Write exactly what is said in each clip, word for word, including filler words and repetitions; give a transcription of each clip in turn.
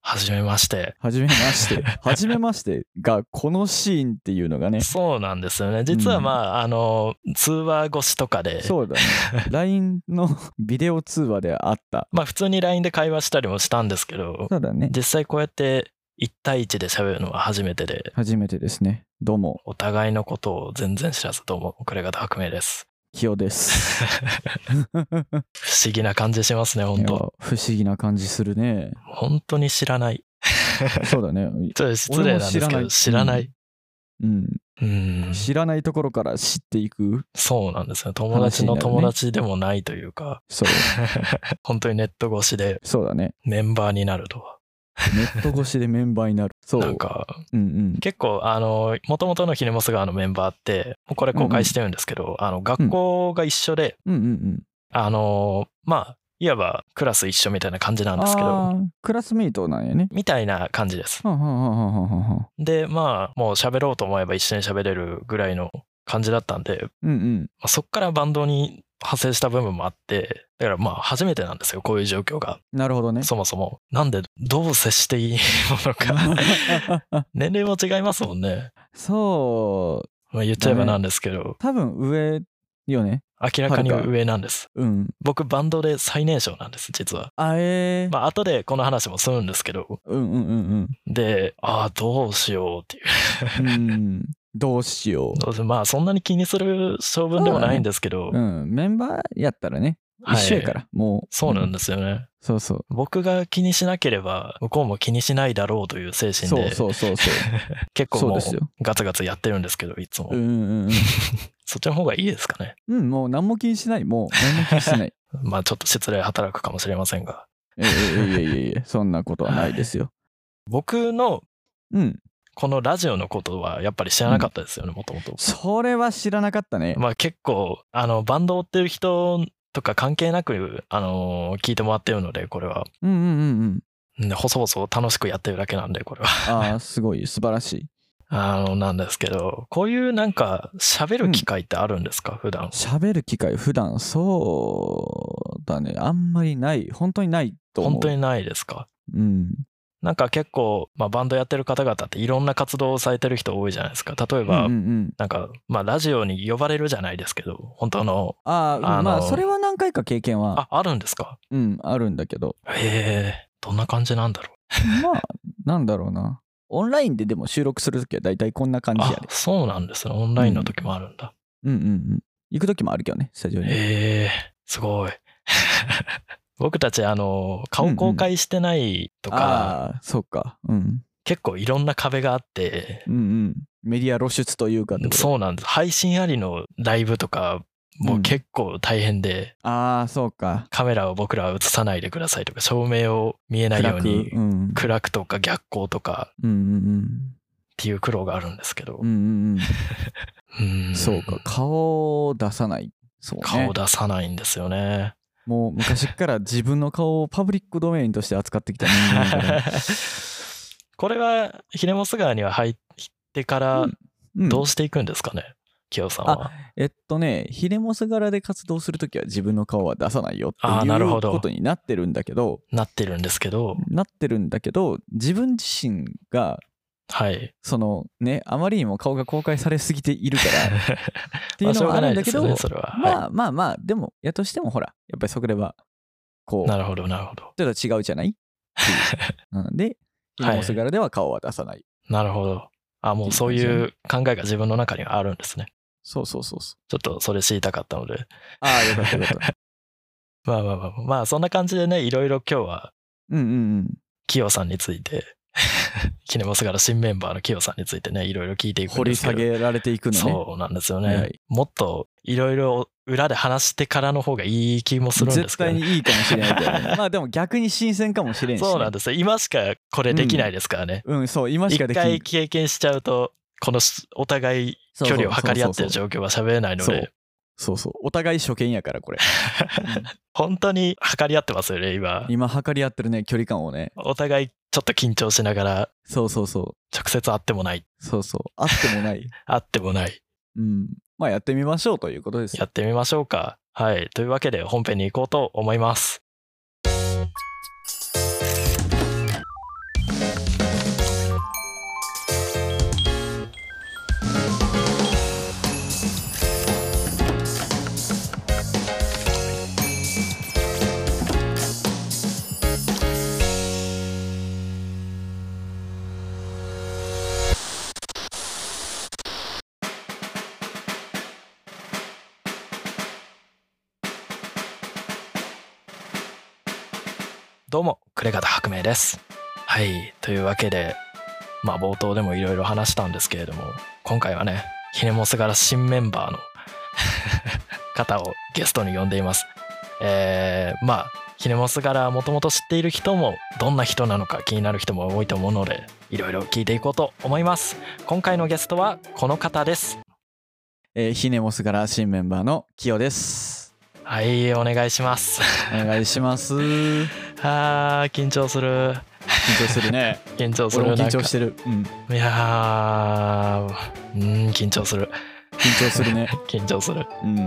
はじめまして。 はじめまして。はじめましてが、このシーンっていうのがね。 そうなんですよね。実はまあ、うん、あの、通話越しとかで。 そうだね。ライン のビデオ通話であった。 まあ、普通に ライン で会話したりもしたんですけど。 そうだね。 実際こうやっていち対いちで喋るのは初めてで。 初めてですね。どうも。 お互いのことを全然知らず、どうも、これが革命です。 清です。 不思議な感じしますね、本当。 不思議な感じするね。 本当に知らない。 そうだね。 ちょっと失礼なんですけど、知らない。 うん。うん、知らないところから知っていく。 そうなんですよ。友達の友達でもないというか。 そう。 本当にネット越しで。 そうだね。 メンバーになるとは。 ネット越しでメンバーになる。そう。 なんか、 うんうん、 結構、あの、元々のヒネモス川のメンバーって、これ公開してるんですけど、うんうん、あの、学校が一緒で、 うんうんうん、 あの、まあ、いわばクラス一緒みたいな感じなんですけど。 クラスメイトなんやね。 みたいな感じです。 ははははで、まあ、もう喋ろうと思えば一緒に喋れるぐらいの感じだったんで、 うんうん、 そっからバンドに派生した部分もあって、だからまあ初めてなんですよ、こういう状況が。 なるほどね。 そもそも。なんでどう接していいものか。年齢も違いますもんね。 そう。 まあ言っちゃえばなんですけど。 多分上よね。 明らかに上なんです。 うん。 僕バンドで最年少なんです、実は。 あえー。 まあ後でこの話もするんですけど。 うんうんうんうん。 で、ああ、どうしようっていう。 うんどうしよう。まあそんなに気にする性分でもないんですけど。 う、ね、うん。メンバーやったらね。一緒やから、はい、もう。 そうなんですよね、うん。 そうそう。 僕が気にしなければ、向こうも気にしないだろうという精神で。 そうそうそうそう。 結構もうガツガツやってるんですけど、いつも。 うんうんうん。 そっちの方がいいですかね。 うん、もう何も気にしない。もう何も気にしない。 まあちょっと失礼働くかもしれませんが。 いやいやいやいやいや、そんなことはないですよ。はい、 僕の、 うん。 このラジオのことはやっぱり知らなかったですよね、もともと。 それは知らなかったね。 まあ結構、あの、バンドを追ってる人とか関係なく、あのー、聞いてもらってるので、これは。 うんうんうんうん。で、細々楽しくやってるだけなんで、これは。 ああ、すごい、素晴らしい。 あの、なんですけど、こういうなんか、喋る機会ってあるんですか、うん、普段。 喋る機会、普段、そうだね。あんまりない。本当にないと思う。 本当にないですか。 うん。 なんか結構、まあ、バンドやってる方々っていろんな活動をされてる人多いじゃないですか。例えば、うんうんうん、なんか、まあ、ラジオに呼ばれるじゃないですけど、本当の。 ああ、まあ、それは何回か経験は。 あ、あるんですか？ うん、あるんだけど。 へえ、どんな感じなんだろう。まあ、なんだろうな。オンラインででも収録するときは大体こんな感じやで。 あ、そうなんですね。オンラインの時もあるんだ。 うん、うん、うんうん。行く時もあるけどね、スタジオに。 へえ、すごい。僕たち、あの、顔公開してないとか、うんうん、 ああ、そうか。うん。 結構いろんな壁があって、 うんうん。メディア露出というかってこと。 そうなんです。配信ありのライブとか、もう結構大変で、 うん、ああ、そうか。 カメラを僕らは映さないでくださいとか、照明を見えないように、暗く、うん、暗くとか逆光とか、 うんうんうん、 っていう苦労があるんですけど。 うんうんうん、うんそうか、顔を出さない。そうね。 顔出さないんですよね。 もう昔から自分の顔をパブリックドメインとして扱ってきた人間だからこれはヒネモス川には入ってからどうしていくんですかね、うんうん、清さんは。 えっとねヒネモス柄で活動するときは自分の顔は出さないよっていうことになってるんだけどなってるんですけどなってるんだけど自分自身がはい。 そのね、あまりにも顔が公開されすぎているからっていうのはあるんだけど、まあ、まあまあまあ、でも、やとしてもほら、やっぱりそこでは、こう、 なるほど、なるほど。 ちょっと違うじゃないっていう。で、ヒネモス柄では顔は出さない。 なるほど。あ、もうそういう考えが自分の中にはあるんですね。 そうそうそうそう。 ちょっとそれ知りたかったので。 ああ、よかったよかった。 まあまあまあ、まあそんな感じでね、いろいろ今日は、 うんうんうん。 キヨさんについて、キネモス柄新メンバーのキヨさんについてね、いろいろ聞いていくんですけど。 掘り下げられていくのね。 そうなんですよね。はい、もっといろいろ裏で話してからの方がいい気もするんですけど、ね。 絶対にいいかもしれないけどね。まあでも逆に新鮮かもしれんし、ね。 そうなんですよ。今しかこれできないですからね。 うん、うん、そう、今しかできない。 一回経験しちゃうと、このお互い距離を測り合ってる状況は喋れないので。 そうそう。お互い初見やから、これ。 うん、本当に測り合ってますよね、今。 今測り合ってるね、距離感をね。 お互いちょっと緊張しながら。 そうそうそう。 直接会ってもない。 そうそう。会ってもない。 会ってもない。 うん。まあやってみましょうということです。 やってみましょうか。はい。というわけで本編に行こうと思います。 どうも呉方伯明です。はい、というわけでまあ冒頭でもいろいろ話したんですけれども、今回はねひねもす柄新メンバーの方をゲストに呼んでいます。えー、まあひねもす柄もともと知っている人もどんな人なのか気になる人も多いと思うので、いろいろ聞いていこうと思います。今回のゲストはこの方です。 えー、ひねもす柄新メンバーのきよです。 はい、お願いします。 お願いします。 あー、緊張する。 緊張するね。 緊張する。 俺も緊張してる。うん。 いやー、うん、緊張する。 緊張するね。 緊張する。 うん。 うん、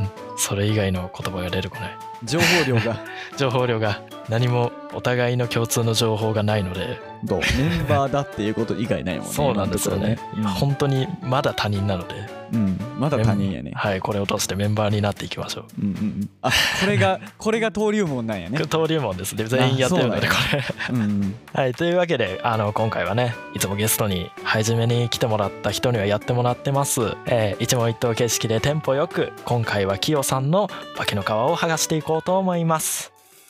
それ以外の言葉が出てこない。 情報量が情報量が何もお互いの共通の情報がないので、 どうメンバーだっていうこと以外ないもんね。 そうなんですよね。今本当にまだ他人なので、 うん、まだ他人やね。 はい、これを通してメンバーになっていきましょう。 うんうんうん。あ、これがこれが登竜門なんやね。 登竜門ですね。全員やってるのでこれ。うんうん、はい、というわけであの今回はね、いつもゲストに初めに来てもらった人にはやってもらってます。えー、一問一答形式でテンポよく、今回はきよさんの化けの皮を剥がしていこうと思います。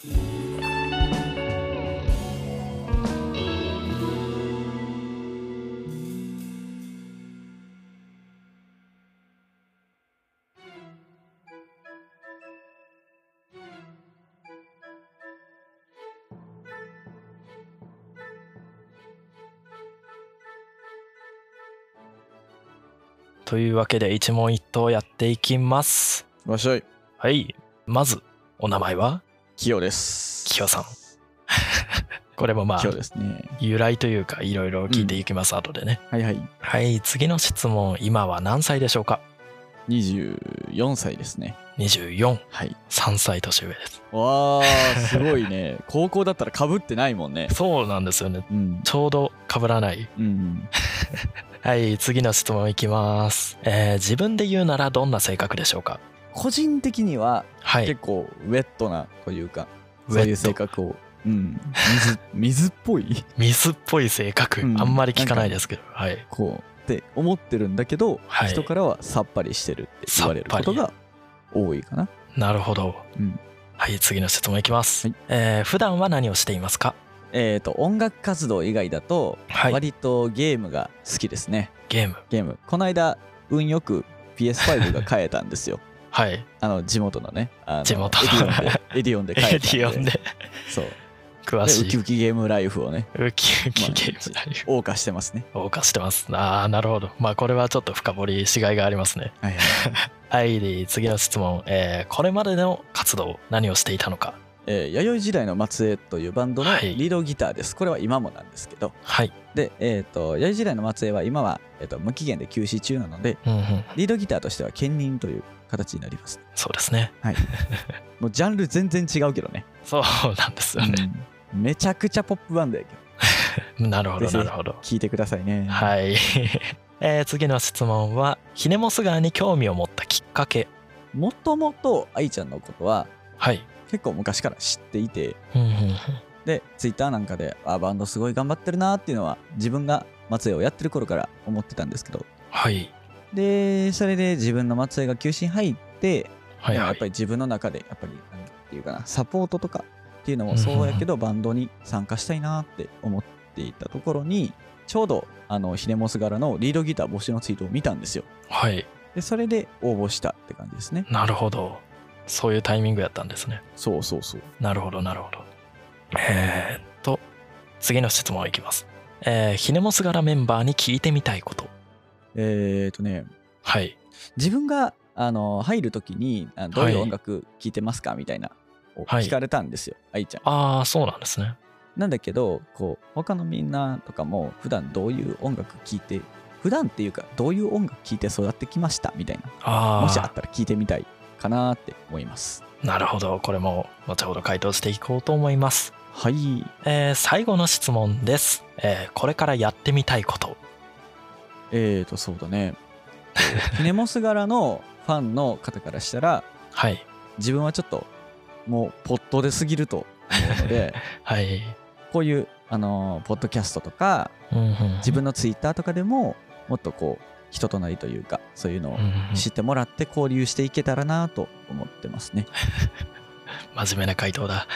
というわけで一問一答やっていきます。 わっしょい。 はい、まずお名前はきよです。 きよさん。これもまあ、 ですね、 由来というかいろいろ聞いていきます、うん、後でね。 はいはい。 はい、次の質問、今は何歳でしょうか？ にじゅうよんさいですね。 にじゅうよん。 はい。 さんさい年上です。 わー、すごいね。高校だったら被ってないもんね。 そうなんですよね。うん、ちょうど被らない。うん、はい、次の質問いきます。えー、自分で言うならどんな性格でしょうか？ 個人的には、はい、結構ウェットなというか、そういう性格を。うん、水, 水っぽい水っぽい性格、うん、あんまり聞かないですけど、はい、 こうって思ってるんだけど、はい、人からはさっぱりしてるって言われることが多いかな。 なるほど、うん、はい、次の質問いきます、はい。えー、普段は何をしていますか？ えーと音楽活動以外だと割とゲームが好きですね。 ゲームゲームこの間運よく ピーエスファイブ が買えたんですよ。 はい、 あの地元のね、あの地元エディオンで買えたんで、エディオンでそう詳しい。 ウキウキゲームライフをね、 ウキウキゲームライフ、 まあ、謳歌してますね。 謳歌してます。ああ、なるほど。まあこれはちょっと深掘りしがいがありますね。はいはい、はい、次の質問、えー、これまでの活動何をしていたのか？ えー、弥生時代の末裔というバンドのリードギターです。これは今もなんですけど、 はい。 で、えーと、弥生時代の末裔は今は、えーと、無期限で休止中なので、うんうん、リードギターとしては兼任という形になります。 そうですね。 はい。もうジャンル全然違うけどね。 そうなんですよね。 うん、めちゃくちゃポップバンドやけど。 なるほどなるほど。 聞いてくださいね。 はい。えー、次の質問は、ひねもす側に興味を持ったきっかけ。 もともと愛ちゃんのことは、 はい。 結構昔から知っていて、でツイッターなんかであバンドすごい頑張ってるなっていうのは自分が末裔をやってる頃から思ってたんですけど、 はい。 でそれで自分の末裔が休止に入って、 はいはい、 やっぱり自分の中でやっぱりなんていうかな、サポートとかっていうのもそうやけど、バンドに参加したいなって思っていたところに、ちょうどあのひねもす柄のリードギター募集のツイートを見たんですよ。 はい。 でそれで応募したって感じですね。 なるほど。そういうタイミングやったんですね。 そうそうそう。 なるほどなるほど。えー、っと次の質問いきます。えー、ひねもす柄メンバーに聞いてみたいこと。 えー、っとね、 はい。 自分があの入るときにどういう音楽聴いてますかみたいなを聞かれたんですよ、愛ちゃん。 ああ、そうなんですね。 なんだけどこう他のみんなとかも普段どういう音楽聴いて、普段っていうかどういう音楽聴いて育ってきましたみたいな、 あもしあったら聞いてみたいかなって思います。 なるほど。これも後ほど回答していこうと思います。 はい、 えー、最後の質問です、えー、これからやってみたいこと。 えーとそうだね、ひねもす柄のファンの方からしたら、 はい、 自分はちょっともうポットですぎると思うので、 はい、 こういうあのー、ポッドキャストとか、うんうんうん、自分のツイッターとかでももっとこう人となりというかそういうのを知ってもらって交流していけたらなと思ってますね。 真面目な回答だ。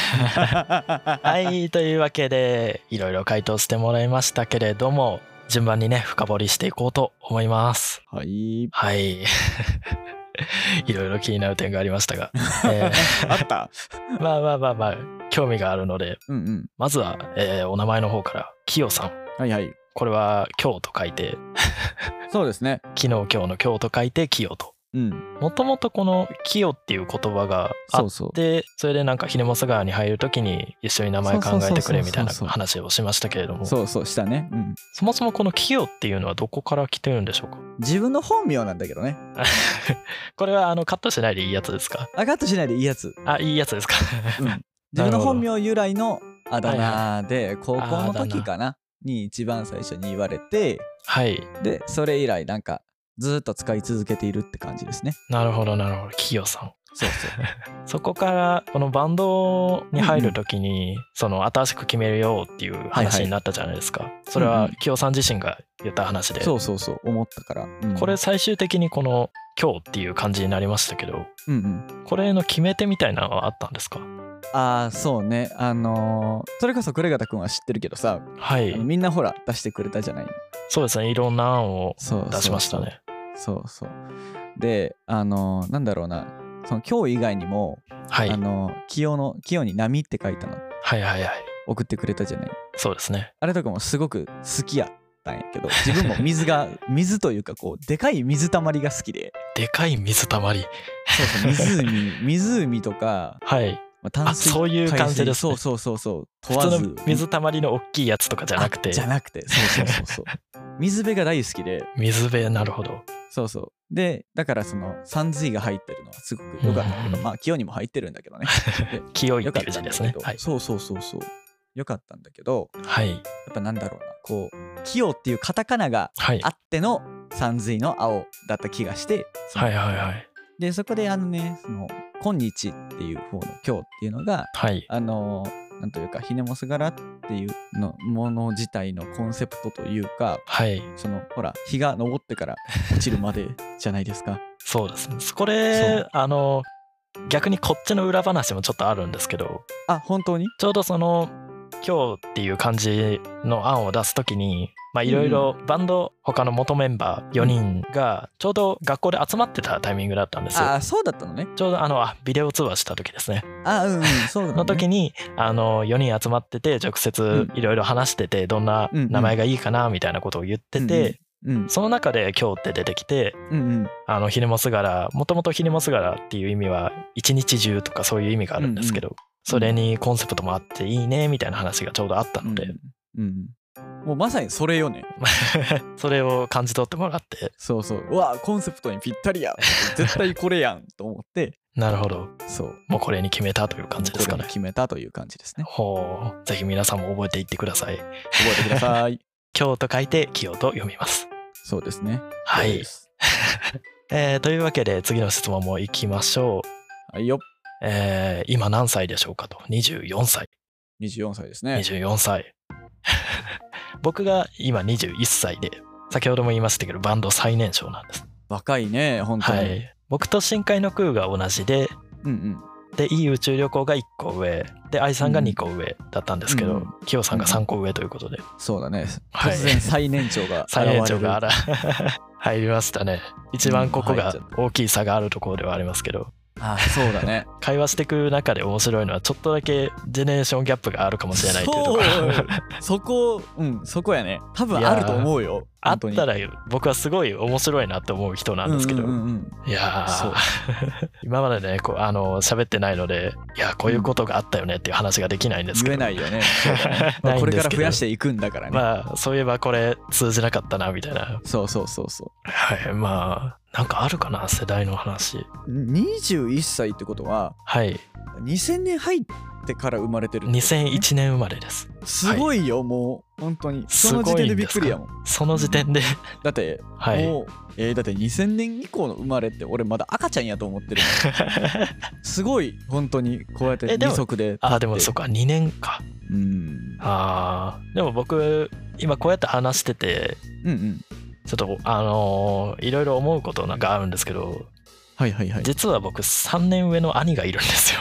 はいというわけでいろいろ回答してもらいましたけれども、順番にね深掘りしていこうと思います。 はいはいいろいろ気になる点がありましたが、えー、あったまあまあまあまあ興味があるので、 うんうん、 まずは、えー、お名前の方からきよさん。 はいはい。 これは今日と書いてそうですね。 昨日今日の今日と書いてきよと。もともとこのきよっていう言葉があって、そうそう、それでなんかひねもす川に入るときに一緒に名前考えてくれみたいな話をしましたけれども、 そうそうしたね、うん、 そもそもこのきよっていうのはどこから来てるんでしょうか。 自分の本名なんだけどねこれはあのカットしないでいいやつですか。 あ、カットしないでいいやつ。 あ、いいやつですか、 うん、自分の本名由来のあだ名で、はいはい、高校の時かなに一番最初に言われて、 はい、 でそれ以来なんかずっと使い続けているって感じですね。 なるほどなるほど、きよさん。 そうそうそこからこのバンドに入るときに、うんうん、その新しく決めるよっていう話になったじゃないですか、はいはい、それはきよさん自身が言った話で、 そうそうそう思ったから、 うん、これ最終的にこの今日っていう感じになりましたけど、 うんうん、 これの決め手みたいなのはあったんですか。 ああそうね、あのー、それこそ呉方くんは知ってるけどさ、 はい、 みんなほら出してくれたじゃない。 そうですね、いろんな案を出しましたね。 そうそうで、あのー、なんだろうな、その今日以外にも、はい、あのー、清の清に波って書いたの、 はいはいはい、 送ってくれたじゃない。 そうですね。 あれとかもすごく好きやったんやけど、自分も水が水というかこうでかい水たまりが好きで。 でかい水たまり。 そうそう、湖湖とか。 はい。まあ、淡水、あ、そういう感じですね。 そうそうそうそう。 問わず普通の水たまりの大きいやつとかじゃなくて。 じゃなくて、そうそうそうそう。水辺が大好きで。 水辺、なるほど。 そうそう。でだからそのさんずいが入ってるのはすごく良かったけど、まあ清にも入ってるんだけどね。 清いっていう字ですね。 はい、そうそうそうそう。良かったんだけど、 はい、 やっぱなんだろうな、こう清っていうカタカナがあってのさんずいの青だった気がして、 はいはいはい。 でそこであのね、その今日っていう方の今日っていうのが、 はい、 あのなんというかひねもす柄っていうのもの自体のコンセプトというか、 はい、 そのほら日が昇ってから落ちるまでじゃないですか。 そうですね。これあの逆にこっちの裏話もちょっとあるんですけど。 あ、本当に？ ちょうどその今日っていう漢字の案を出すときに、まあいろいろバンド他の元メンバーよにんがちょうど学校で集まってたタイミングだったんですよ。 あ、そうだったのね。 ちょうどあのあビデオ通話した時ですね。 あ、うんうん、そうだね。 の時にあのよにん集まってて直接いろいろ話してて、どんな名前がいいかなみたいなことを言ってて、うんうん、その中で今日って出てきて、うんうん、あのひねもす柄、もともとひねもす柄っていう意味は一日中とかそういう意味があるんですけど、うんうん、それにコンセプトもあっていいねみたいな話がちょうどあったので、 うんうん、もうまさにそれよね。 それを感じ取ってもらって、 そうそう、うわコンセプトにぴったりや、絶対これやんと思ってなるほど、 そうもうこれに決めたという感じですかね。これに決めたという感じですね。 ほう、ぜひ皆さんも覚えていってください。 覚えてください。 今日と書いて清と読みます。 そうですね。 はい。えー、というわけで次の質問もいきましょう。はいよ。 えー、今何歳でしょうかと。にじゅうよんさい。 にじゅうよんさいですね。 にじゅうよんさい。僕が今にじゅういっさいで、先ほども言いましたけどバンド最年少なんです。 若いね、本当に。はい。 僕と深海の空が同じで、うんうん、でいい宇宙旅行がいっこ上で、愛さんがにこ上だったんですけど、キヨ、うん、さんがさんこ上ということで、うん、 そうだね、突然最年長が最年長が入りましたね。一番ここが大きい差があるところではありますけど、 ああそうだね。 会話していく中で面白いのはちょっとだけジェネレーションギャップがあるかもしれないというところ。 そこ、うんそこやね。多分あると思うよ。 あったら僕はすごい面白いなって思う人なんですけど、うんうんうん、いやー今までねこうあの喋ってないので、いやこういうことがあったよねっていう話ができないんですけど、 言えないよね。そうだね。まあ、これから増やしていくんだからね。 まあそういえばこれ通じなかったなみたいな。 そうそうそうそう。 はい、まあなんかあるかな、世代の話。 にじゅういっさいってことは、はい、にせんねん入ってから生まれてる、ね、 にせんいちねん生まれです。 すごいよ、はい、もう本当にその時点でびっくりやもん。 その時点でだって、はい、もう、えー、だってにせんねん以降の生まれって俺まだ赤ちゃんやと思ってる。すごい本当にこうやって二足で。 あでもそっかにねんか。うん。あでも僕今こうやって話してて、うんうん、ちょっとあのー、いろいろ思うことがあるんですけど、はいはいはい、実は僕さんねん上の兄がいるんですよ。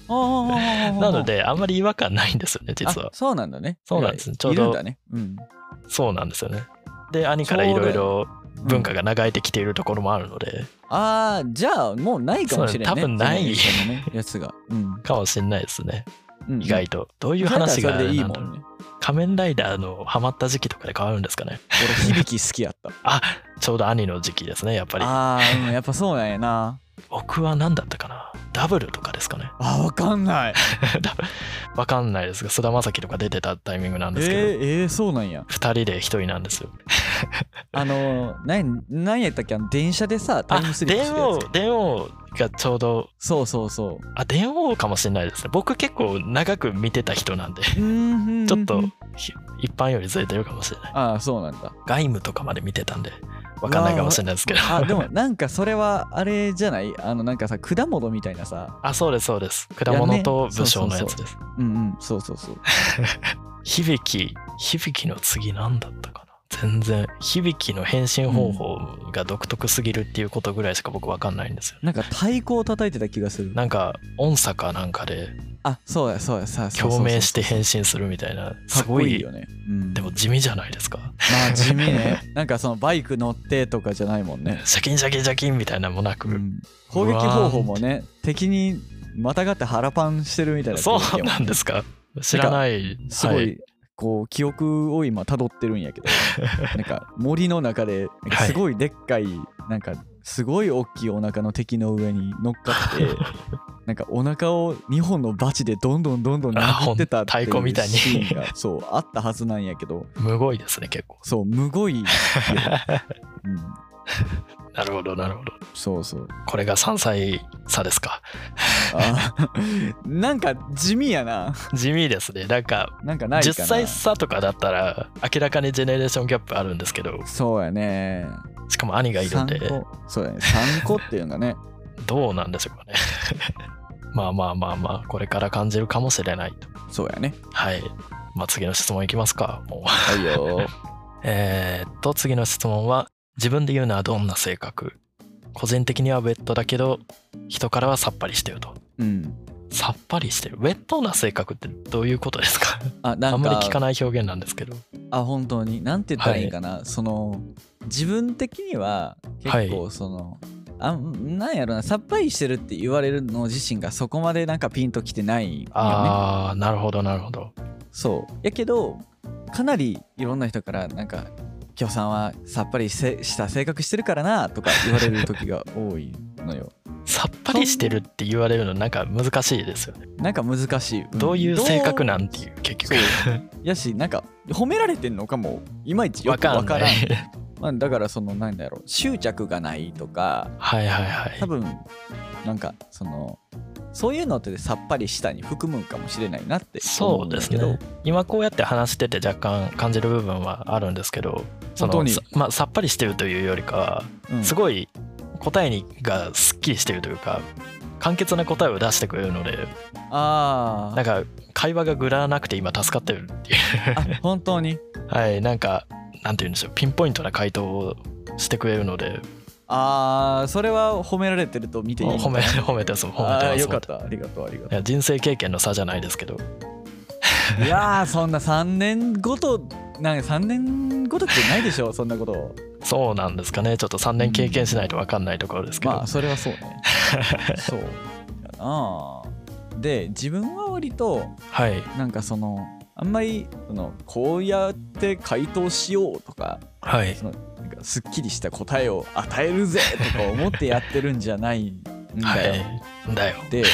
なのであんまり違和感ないんですよね実は。 そうなんだね。 そうなんです。ちょうどいるんだね。うん、 そうなんですよね。で兄からいろいろ文化が流れてきているところもあるので、うん、 ああじゃあもうないかもしれないね。 多分ないやつが、うん、 かもしれないですね、うんうん、意外とどういう話がそれでいいもんね。 仮面ライダーのハマった時期とかで変わるんですかね。 俺響き好きやったあちょうど兄の時期ですねやっぱり。 ああ、うん、やっぱそうなんやな。 僕は何だったかな、ダブルとかですかね。 あわかんないわかんないですが菅田将暉とか出てたタイミングなんですけど、 えー、えー、そうなんや。 ふたりでひとりなんですよあの何何やったっけ、あの電車でさタイムスリップしてるやつ。 電王がちょうどそうそうそう。 あ電王かもしれないですね。僕結構長く見てた人なんでちょっと一般よりずれてるかもしれない。 ああそうなんだ。 外務とかまで見てたんでわかんないかもしれないですけど。 あでもなんかそれはあれじゃない、あのなんかさ果物みたいなさ。 あそうですそうです、果物と武将のやつです。 うんうんそうそうそう響き響きの次なんだったかな。全然響の変身方法が独特すぎるっていうことぐらいしか僕わかんないんですよ。 なんか太鼓を叩いてた気がする。 なんか音叉かなんかであそうやそうやさ共鳴して変身するみたいな。すごいいいよね、うん、 でも地味じゃないですか。 まあ地味ねなんかそのバイク乗ってとかじゃないもんね。 シャキンシャキンシャキンみたいなもなく、うん、 攻撃方法もね敵にまたがって腹パンしてるみたいな。 そうなんですか、知らない。 すごい、はい、こう記憶を今辿ってるんやけどなんか森の中ですごいでっかいなんかすごい大きいお腹の敵の上に乗っかってなんかお腹をにほんのバチでどんどんどんどん殴ってたっていうシーンがそうあったはずなんやけどむごいですね結構。 そうむごいよ、うん、 なるほどなるほど。 そうそう。 これがさんさい差ですか。 あなんか地味やな。 地味ですね。なんかなんかないかな。 じゅっさい差とかだったら明らかにジェネレーションギャップあるんですけど。 そうやね。 しかも兄がいるんで。 そうやね。さんこっていうのがね。 どうなんでしょうかね。まあまあまあまあこれから感じるかもしれないと。 そうやね。 はい。まあ次の質問いきますか。もう。 はいよ。 えっと次の質問は、自分で言うのはどんな性格？個人的にはウェットだけど人からはさっぱりしてると。 うん。 さっぱりしてる。ウェットな性格ってどういうことですか？ あ、なんかあんまり聞かない表現なんですけど。 あ、本当になんて言ったらいいかな。はい、その自分的には結構その、はい、あなんやろな、さっぱりしてるって言われるの自身がそこまでなんかピンときてないよね。 ああ、なるほどなるほど。 そうやけどかなりいろんな人からなんか今日さんはさっぱりした性格してるからなとか言われる時が多いのよ。 さっぱりしてるって言われるのなんか難しいですよね。 なんか難しい、うん、 どういう性格なんていう結局やし、なんか褒められてんのかもいまいちよくわからん。まあ、だからそのなんだろう、執着がないとか、 はいはいはい、 多分なんかそのそういうのってさっぱりしたに含むんかもしれないなって思うんだけど、そうですね、 今こうやって話してて若干感じる部分はあるんですけど、そのさ、まあ、さっぱりしてるというよりかは、うん、すごい答えにがすっきりしてるというか簡潔な答えを出してくれるので、 あなんか会話がぐらなくて今助かってるっていうあ本当にはい、なんかなんて言うんでしょう、ピンポイントな回答をしてくれるので、 ああそれは褒められてると見ていいのかな。褒め褒めてます褒めてます。 あよかった、ありがとうありがとう。 いや人生経験の差じゃないですけどいやーそんなさんねんごとなんかさんねんごとってないでしょそんなこと。 そうなんですかね、ちょっとさんねん経験しないと分かんないところですけど、 うん、まあそれはそうねそうやな。で自分は割と、はい、なんかそのあんまりそのこうやって回答しようとか、はい、そのなんかすっきりした答えを与えるぜとか思ってやってるんじゃないんだよ、 はい、だよで、うん、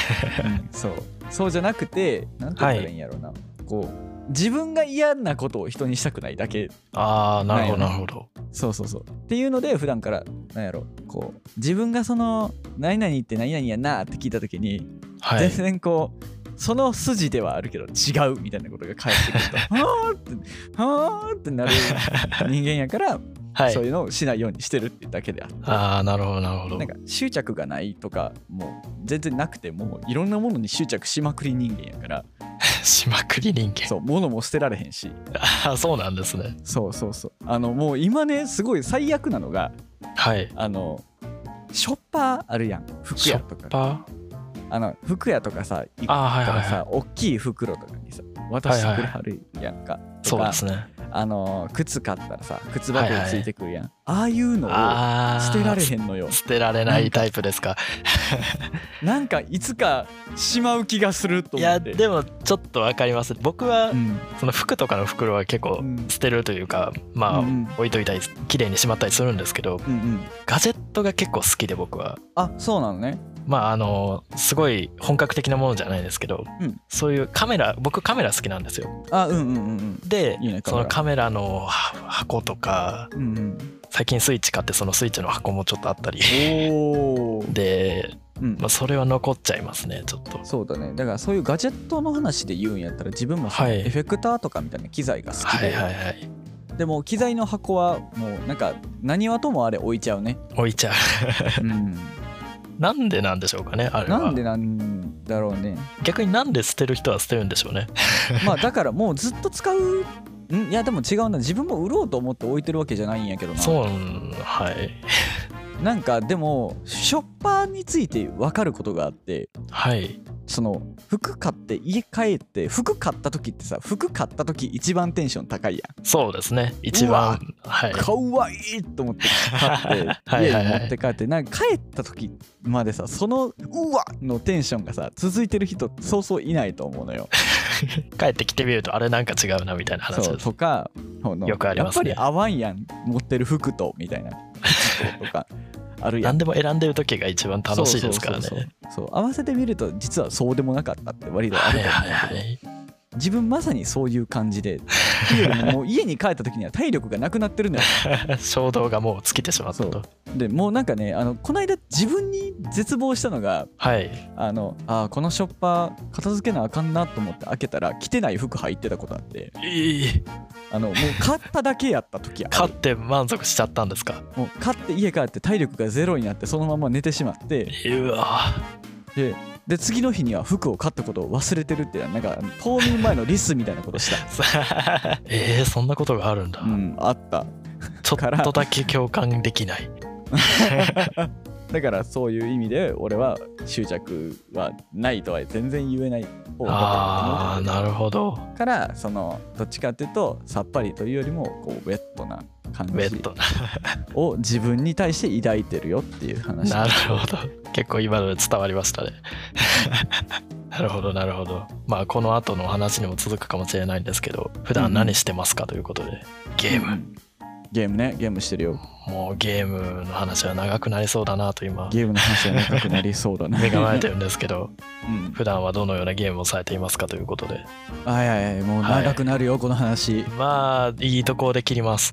そうそうじゃなくてなんて言ったらいいんやろうな、はい、こう自分が嫌なことを人にしたくないだけ。 ああなるほどなるほど。 そうそうそうっていうので普段からなんやろこう自分がその何々って何々やなって聞いた時に、はい、全然こうその筋ではあるけど違うみたいなことが返ってくるとはーってはーってなる人間やから、はい、そういうのをしないようにしてるっていうだけであって、 ああなるほどなるほど。 なんか執着がないとかもう全然なくてもいろんなものに執着しまくり人間やからしまくり人間。 そう物も捨てられへんし。 ああそうなんですね。 そうそうそうあのもう今ねすごい最悪なのが、 はい、 あのショッパーあるやん服屋とか。 ショッパーあの服屋とかさ行ったあーはいはいらさ、 はい大きい袋とかにさ渡してくれはるやんか、とかそうですね。 あの靴買ったらさ靴箱についてくるやん、ああいうのをあー捨てられへんのよ。 捨てられないタイプですか。 なんかいつかしまう気がするといや思って。 でもちょっとわかります。僕はうんその服とかの袋は結構うん捨てるというか、まあうんうん置いといたり綺麗にしまったりするんですけど、 うんうんガジェットが結構好きで僕は。 あそうなのね。 まああのすごい本格的なものじゃないですけど、 うんそういうカメラ、僕カメラ好きなんですよ。 あうんうんうんうんでいいねカメラそのカメラの箱とか、 うんうん最近スイッチ買ってそのスイッチの箱もちょっとあったりおおで、 うんまあ、それは残っちゃいますねちょっと。 そうだね。だからそういうガジェットの話で言うんやったら自分もそのはいエフェクターとかみたいな機材が好きで、 はいはいはいでも機材の箱はもうなんか何はともあれ置いちゃうね。 置いちゃううんなんでなんでしょうかねあれは。 なんでなんだろうね。 逆になんで捨てる人は捨てるんでしょうね。 まあだからもうずっと使う。んいやでも違うな。自分も売ろうと思って置いてるわけじゃないんやけどな。 そううんはいなんかでもショッパーについて分かることがあって、 はいその服買って家帰って服買った時ってさ、服買った時一番テンション高いやん。 そうですね一番はいかわいいと思って買ってはいはいはい家に持って帰って、なんか帰った時までさ、そのうわのテンションがさ続いてる人そうそういないと思うのよ。 帰ってきてみるとあれなんか違うなみたいな話そうです。 とかほのよくありますねやっぱり合わんやん持ってる服とみたいな靴ととかあるやん。 何でも選んでる時が一番楽しいですからね。 そうそうそうそうそう合わせてみると実はそうでもなかったって割とあると思うけど、 はいはいはい自分まさにそういう感じでっていうよりももう家に帰った時には体力がなくなってるのよ。 衝動がもう尽きてしまったと。 でもうなんかね、あのこの間自分に絶望したのが、 はいあのあーこのショッパー片付けなあかんなと思って開けたら着てない服入ってたことあって、 いいあのもう買っただけやった時ある買って満足しちゃったんですか。 もう買って家帰って体力がゼロになってそのまま寝てしまって、 うわでで次の日には服を買ったことを忘れてるっていう、なんか冬眠前のリスみたいなことした。 えー、そんなことがあるんだ、 うんあった。 ちょっとだけ共感できない。 だからそういう意味で俺は執着はないとは全然言えない方あーだと思うなるほど。 からそのどっちかっていうとさっぱりというよりもこうウェットな感じウェットを自分に対して抱いてるよっていう話。 なるほど結構今ので伝わりましたね。なるほどなるほど。まあこの後の話にも続くかもしれないんですけど、普段何してますかということで、ゲーム、 うんゲームねゲームしてるよ。 もうゲームの話は長くなりそうだなと今ゲームの話は長くなりそうだね。 目が前てるんですけどうん、 普段はどのようなゲームをされていますかということで。 はいはいはいもう長くなるよ、この話。 まあいいところで切ります。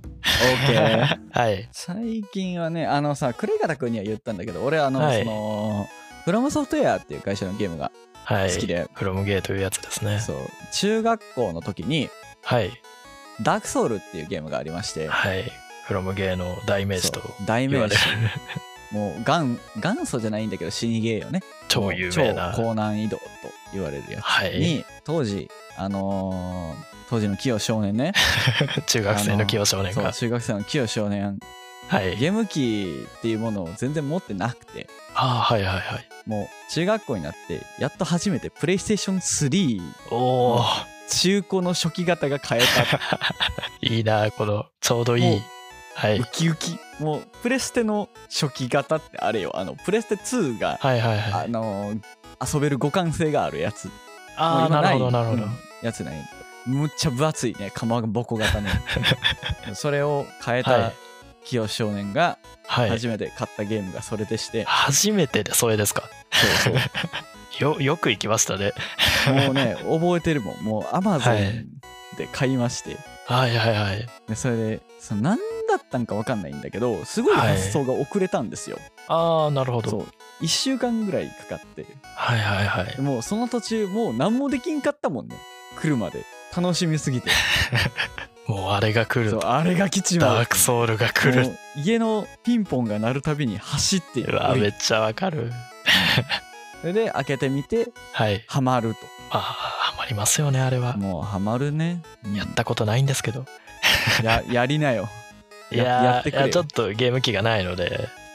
OK はい最近はねあのさクレガタ君には言ったんだけど、俺あの、 はいそのフロムソフトウェアっていう会社のゲームがはい好きで、 フロムゲーというやつですね。 そう中学校の時にはいダークソウルっていうゲームがありまして、 はいフロムゲーの代名詞とそう代言われる名詞もう元元祖じゃないんだけど死にゲーよね。 超有名な超高難易度と言われるやつはいに、当時あのー当時の清少年ね中学生の清少年がそう中学生の清少年はいゲーム機っていうものを全然持ってなくて、 ああはいはいはいもう中学校になってやっと初めてプレイステーションスリーおお中古の初期型が買えたいいなこのちょうどいもいうはいウキウキ。もうプレステの初期型ってあれよ、あのプレステツーが、 はいはいはいあのー遊べる互換性があるやつ。 ああもう今なるほどなるほど、 うんやつないんだけどむっちゃ分厚いねかまぼこ型のそれを変えたはい清少年がはい初めて買ったゲームがそれでして、 初めてでそれですか。 そうよよく行きましたね。 そうもうね覚えてるもん。もうアマゾはいンで買いまして、 はいはいはいでそれでその何だったんか分かんないんだけどすごい発送が遅れたんですよ、 ああなるほど。 そういっしゅうかんぐらいかかってはいはいはいでもうその途中もう何もできんかったもんね来るまで楽しみすぎてもうあれが来るそうあれが来ちまうダークソウルが来る。 もう家のピンポンが鳴るたびに走ってうわ降りめっちゃわかる。 それで開けてみてはいハマるああハマりますよねあれはと。もうハマるね、うんやったことないんですけど。 ややりなよいやややってくれよいやちょっとゲーム機がないので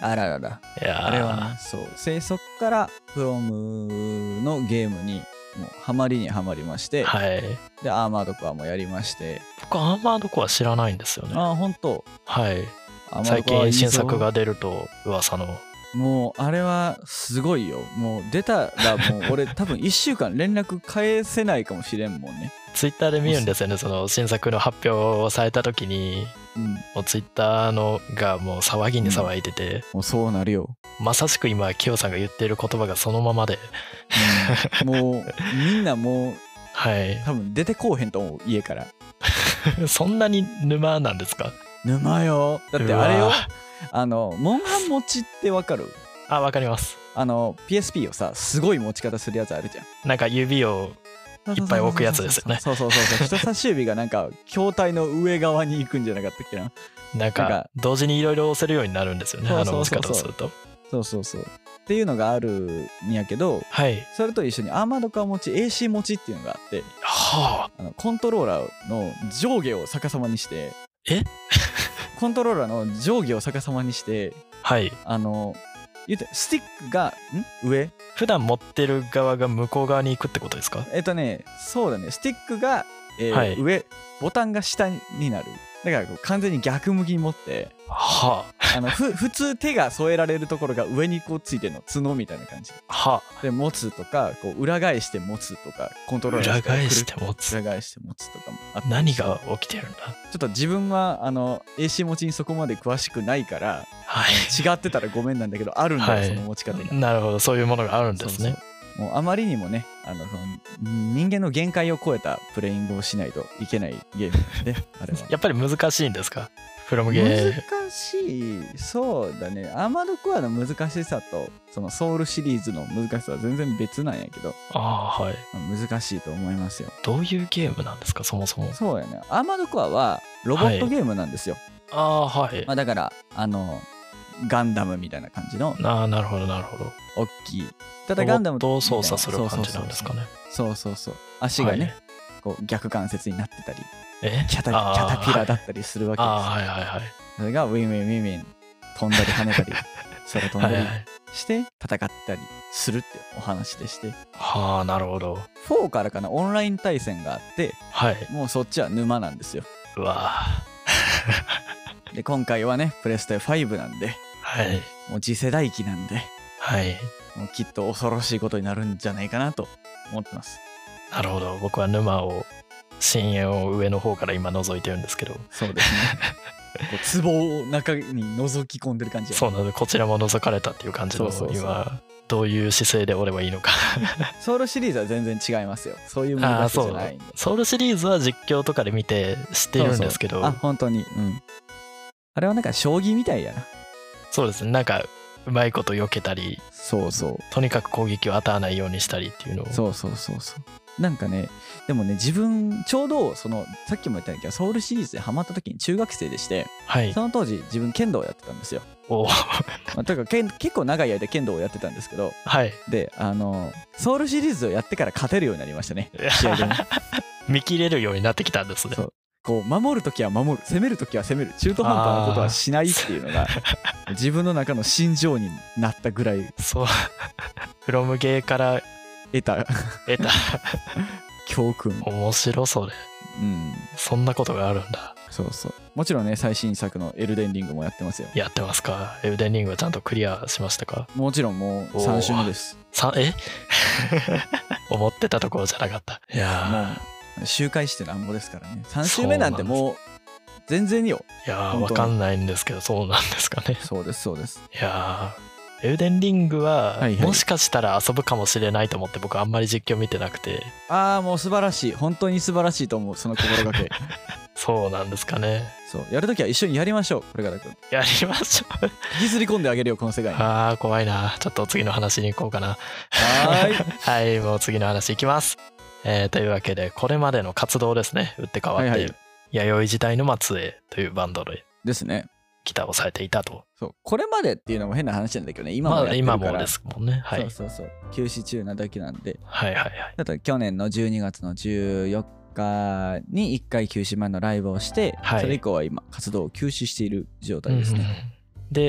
あららら。 いやーあれはね、そう。で、そっからフロムのゲームにもうハマりにはまりまして、 はい。 で、アーマードコアもやりまして。 僕アーマードコア知らないんですよね。 ああ、ほんと。 はい。 アーマード最コアいいぞ近新作が出ると噂の。 もうあれはすごいよ。もう出たらもう俺多分いっしゅうかん連絡返せないかもしれんもんね。 ツイッターで見るんですよね。その新作の発表をされた時に、 うん、 もうツイッターのがもう騒ぎに騒いでて、うん、 もうそうなるよ。 まさしく今キヨさんが言っている言葉がそのままで、 うん、もうみんなもうはい多分出てこうへんと思う家からそんなに沼なんですか？ 沼よ。だってあれよ、あのモンハン持ちってわかる？ あ、わかります。 あの ピーエスピー をさすごい持ち方するやつあるじゃん。 なんか指をいっぱい置くやつですよね。 そうそうそうそう。人差し指がなんか筐体の上側に行くんじゃなかったっけな。 なんか同時にいろいろ押せるようになるんですよね。あの持ち方をすると。 そうそうそう。っていうのがあるんやけど、 はい、 それと一緒にアーマードコア持ち エーシー 持ちっていうのがあって、 はあ、あのコントローラーの上下を逆さまにして、 えコントローラーの上下を逆さまにして、 はい、 あの言ってスティックがん上普段持ってる側が向こう側に行くってことですか？ えっとねそうだね、スティックが、えーはい、上、ボタンが下になる。だからこう完全に逆向きに持って、 はあ、あのふ普通手が添えられるところが上にこうついてるの、角みたいな感じ、 はで持つとか、こう裏返して持つとか、コントローラー裏返して持つ、 裏返して持つとかもあって、 何が起きてるんだ。 ちょっと自分はあの エーシー 持ちにそこまで詳しくないから、 はい、 違ってたらごめんなんだけどあるんだよ、はい、その持ち方が。 なるほど、そういうものがあるんですね。そうそう、 もうあまりにもね、あのその人間の限界を超えたプレイングをしないといけないゲームなんであれはやっぱり難しいんですか？フロムゲー難しい。そうだね。アーマードコアの難しさとそのソウルシリーズの難しさは全然別なんやけど、 あ、はい、 難しいと思いますよ。 どういうゲームなんですか、そもそも？ そうやね、アーマードコアはロボットゲームなんですよ。 はい、ああ、はい、 まあ、だからあのガンダムみたいな感じの、 ああ、なるほどなるほど、 大きい、ただガンダムと操作する感じなんですかね。 そうそうそう、足がね、はい、こう逆関節になってたり、 えキャタキャタピラだったりするわけです。 あ、はいはいはい、 それがウィンウィンウィンウィン飛んだり跳ねたり空飛んだりして戦ったりするってお話でして、 はあ、なるほど。 フォーからかな、オンライン対戦があって、 はい、 もうそっちは沼なんですよ。 うわで今回はねプレステファイブなんで、 はい、 もう次世代機なんで、 はい、 もうきっと恐ろしいことになるんじゃないかなと思ってます。 なるほど。僕は沼を深淵を上の方から今覗いてるんですけど。 そうですねこう壺を中に覗き込んでる感じや、ね、 そうなので、こちらも覗かれたっていう感じの、そうそうそう、今どういう姿勢でおればいいのかソウルシリーズは全然違いますよ。そういう難しさじゃないんで。 ソウルシリーズは実況とかで見て知っているんですけど、 そうそう、あ、本当に、うん、あれはなんか将棋みたいやな。 そうですね、なんかうまいこと避けたり、 そうそう、 とにかく攻撃を当たらないようにしたりっていうのを、 そうそうそうそう、なんかね、でもね、自分ちょうどそのさっきも言ったんだけど、ソウルシリーズでハマった時に中学生でして、はい、その当時自分剣道をやってたんですよ。お、まあ、というかけん結構長い間剣道をやってたんですけど、はい、であのソウルシリーズをやってから勝てるようになりましたね、試合でも見切れるようになってきたんですね。そう、 こう守るときは守る、攻めるときは攻める、中途半端なことはしないっていうのが自分の中の心情になったぐらい。 そうフロムゲーから得た得た教訓。 面白それ、うん、そんなことがあるんだ。 そうそう、もちろんね最新作のエルデンリングもやってますよ。 やってますか？エルデンリングはちゃんとクリアしましたか？ もちろん、もうさん週目です。 さえ思ってたところじゃなかった。いやもう周回してなんぼですからね。さん週目なんてもう全然よ。 いやー、わかんないんですけど、そうなんですかね。 そうですそうです。 いやー、エルデンリングはもしかしたら遊ぶかもしれないと思って僕あんまり実況見てなくて。 ああ、もう素晴らしい、本当に素晴らしいと思う、その心がけそうなんですかね。そう、 やるときは一緒にやりましょう、これからくん。 やりましょう引きずり込んであげるよ、この世界に。 ああ、怖いな。ちょっと次の話に行こうかな。 はいはい、もう次の話いきます。えー、というわけでこれまでの活動ですね、打って変わって、はいはい、弥生時代の末裔というバンドでですね、 ギターをされていたと。 そう、これまでっていうのも変な話なんだけどね、今もやってるから、まあ、 今もですもんね。はい、 そうそうそう、休止中なだけなんで。 はいはいはい。 だと去年のじゅうにがつのじゅうよっかにいっかい休止前のライブをして、はい、それ以降は今活動を休止している状態ですね。 うん、で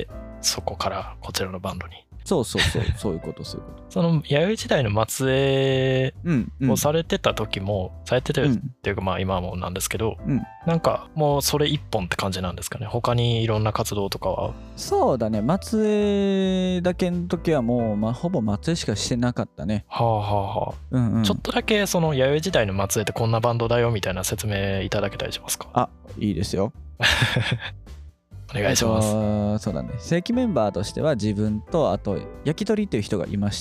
そこからこちらのバンドに。 そうそうそう、そういうことそういうこと。 その弥生時代の末裔うんうんをされてた時も、されててるっていうかまあ今もなんですけど、 うんなんかもうそれ一本って感じなんですかね。他にいろんな活動とかは。 そうだね、松江だけの時はもう、まあ、ほぼ松江しかしてなかったね。 はあはあはあ。 うんうん、 ちょっとだけその弥生時代の末裔ってこんなバンドだよみたいな説明いただけたりしますか？ あ、いいですよ。 お願いします。 えっと、そうだね、正規メンバーとしては自分とあと焼き鳥っていう人がいまして、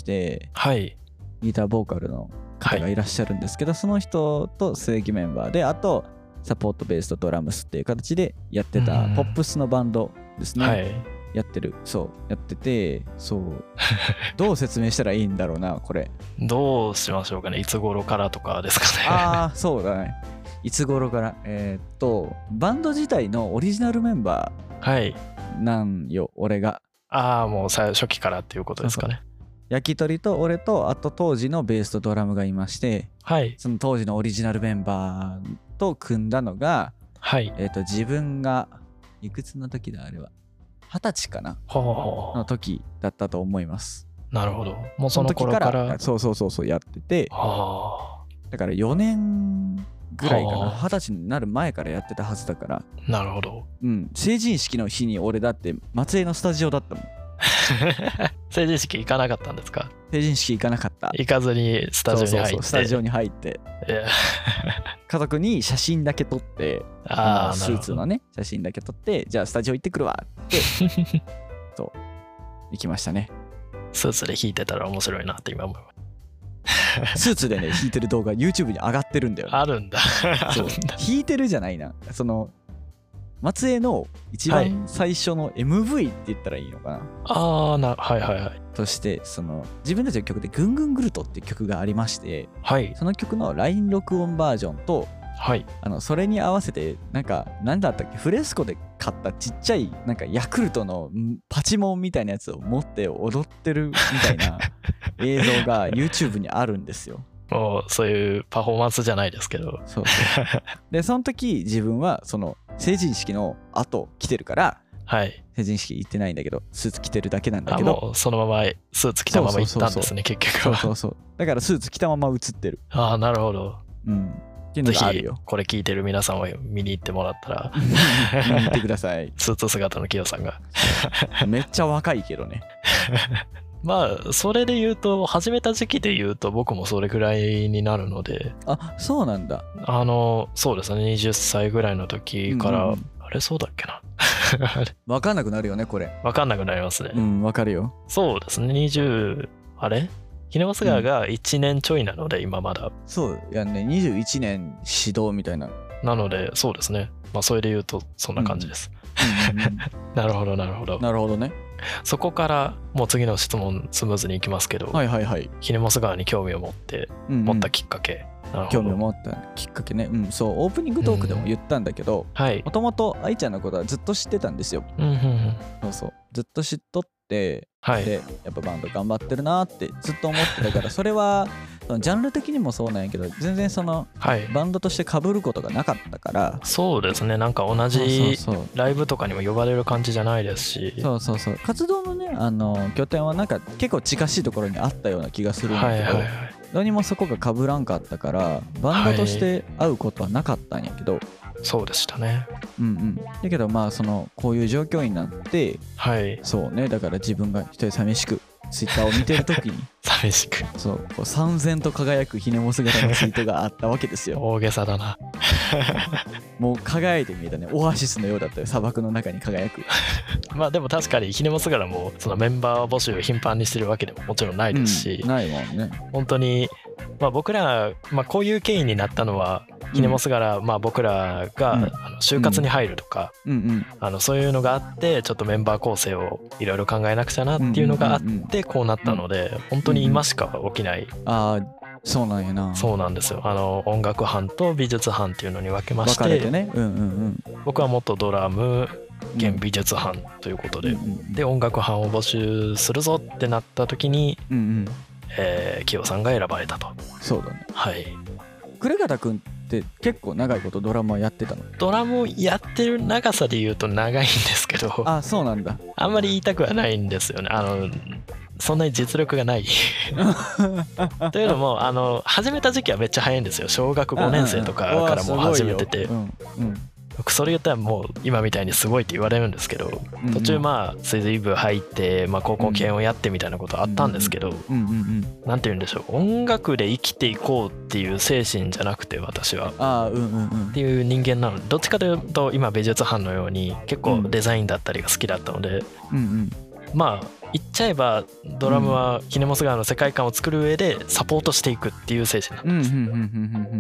はい。 ギターボーカルの方がいらっしゃるんですけど、はい、その人と正規メンバーで、あとサポートベースとドラムスっていう形でやってたポップスのバンドですね。はい、やってる、そうやってて、そうどう説明したらいいんだろうな、これ。 どうしましょうかね。いつ頃からとかですかね。 ああ、そうだね。いつ頃から、えー、っとバンド自体のオリジナルメンバーなんよ、はい、俺が。 ああ、もう最初期からっていうことですかね。 そうそう、焼き鳥と俺とあと当時のベースとドラムがいまして、はい、その当時のオリジナルメンバーと組んだのが、はい、えー、と自分がいくつの時だあれははたちかなの時だったと思います。 なるほど。もうその頃から、その時からそうそうそうそうやってて、だからよねんぐらいかな、はたちになる前からやってたはずだから。 なるほど。 うん、成人式の日に俺だって松江のスタジオだったもん。 成人式行かなかったんですか？ 成人式行かなかった。 行かずにスタジオに入って。そうそうそう、 スタジオに入って家族に写真だけ撮って、ああスーツのね写真だけ撮って、じゃあスタジオ行ってくるわってそう行きましたね。 スーツで弾いてたら面白いなって今思います。 スーツでね弾いてる動画 YouTube に上がってるんだよ、ね、 あるんだ。 そう弾いてるじゃないな、その松江の一番最初の エムブイ って言ったらいいのかな、はい、 ああなはいはいはい。 としてその自分たちの曲で「ぐんぐんグルト」っていう曲がありまして、 はい、 その曲の ライン 録音バージョンと、はい、あのそれに合わせてなんか何だったっけ、フレスコで買ったちっちゃいなんかヤクルトのパチモンみたいなやつを持って踊ってるみたいな映像が YouTube にあるんですよ。 もうそういうパフォーマンスじゃないですけど、 そうそうでその時自分はその成人式の後来てるから、はい、成人式行ってないんだけどスーツ着てるだけなんだけど、 あもうそのままスーツ着たまま行ったんですね。結局は。 そうそうそうだからスーツ着たまま映ってる。 ああなるほど。 うんっていうのがあるよ。 ぜひこれ聞いてる皆さんを見に行ってもらったら見に行ってください。 スーツ姿のキヨさんがめっちゃ若いけどね。 まあそれで言うと始めた時期で言うと僕もそれぐらいになるので。 あそうなんだ。 あのそうですね、にじゅっさいぐらいの時から、うんうん、あれそうだっけな分かんなくなるよねこれ。 分かんなくなりますね。 うん分かるよ。 そうですね、にじゅうあれヒネマス川がいちねんちょいなので、うん、今まだそうやね、にじゅういちねん始動みたいななので、そうですね、まあそれで言うとそんな感じです、うんうんうん、なるほどなるほどなるほどね。 そこからもう次の質問スムーズにいきますけど、はいはいはい、ヒネマス川に興味を持って、うんうん、持ったきっかけ。 興味を持ったきっかけね、うん、そうオープニングトークでも言ったんだけど、もともと愛ちゃんのことはずっと知ってたんですよ、うんうんうん、そうそうずっと知っとって、はい、でやっぱバンド頑張ってるなってずっと思ってたから、それはそのジャンル的にもそうなんやけど全然その、はい、バンドとして被ることがなかったから。 そうですね、なんか同じライブとかにも呼ばれる感じじゃないですし、 そうそうそう活動のねあの拠点はなんか結構近しいところにあったような気がするんだけど、はいはいはい、何もそこが被らんかったからバンドとして会うことはなかったんやけど、はい、 そうでしたね。 うんうんだけどまあそのこういう状況になって、はい、そうね、だから自分が一人寂しくツイッターを見てるときに寂しくそうこう燦然と輝くヒネモス型のツイートがあったわけですよ。 大げさだなもう輝いて見えたね、オアシスのようだったよ、砂漠の中に輝くまあでも確かにヒネモス柄もそのメンバー募集を頻繁にしてるわけでももちろんないですし、 うん、ないもんね本当に、まあ、僕ら、まあ、こういう経緯になったのはヒネモス柄、まあ、僕らが、うん、あの就活に入るとか、うんうん、あのそういうのがあってちょっとメンバー構成をいろいろ考えなくちゃなっていうのがあってこうなったので、本当に今しか起きない、 ああそうなんやな。 そうなんですよ、あの音楽班と美術班っていうのに分けまして、 分かれてね、うんうんうん、 僕は元ドラム現美術班ということで、うんうん、で音楽班を募集するぞってなった時に、うんうんえー、キヨさんが選ばれたと。 そうだね。 はい。 呉方くんってって結構長いことドラマやってたの？ ドラムをやってる長さで言うと長いんですけど、 あ、そうなんだ。 あんまり言いたくはないんですよね。あのそんなに実力がないというのも、あの始めた時期はめっちゃ早いんですよ。小学ごねん生とかからもう始めてて、 うんうん僕それ言ったらもう今みたいにすごいって言われるんですけど、 うん、 途中まあ水部入って、まあ、高校系をやってみたいなことあったんですけど、 うんうんうん、 なんて言うんでしょう、音楽で生きていこうっていう精神じゃなくて、私はあ、うんうんうん、 っていう人間なので、どっちかというと今美術班のように結構デザインだったりが好きだったので、 うんうん、 まあ言っちゃえばドラムはヒネモス川の世界観を作る上でサポートしていくっていう精神なんです。 うんうんうんうんうん、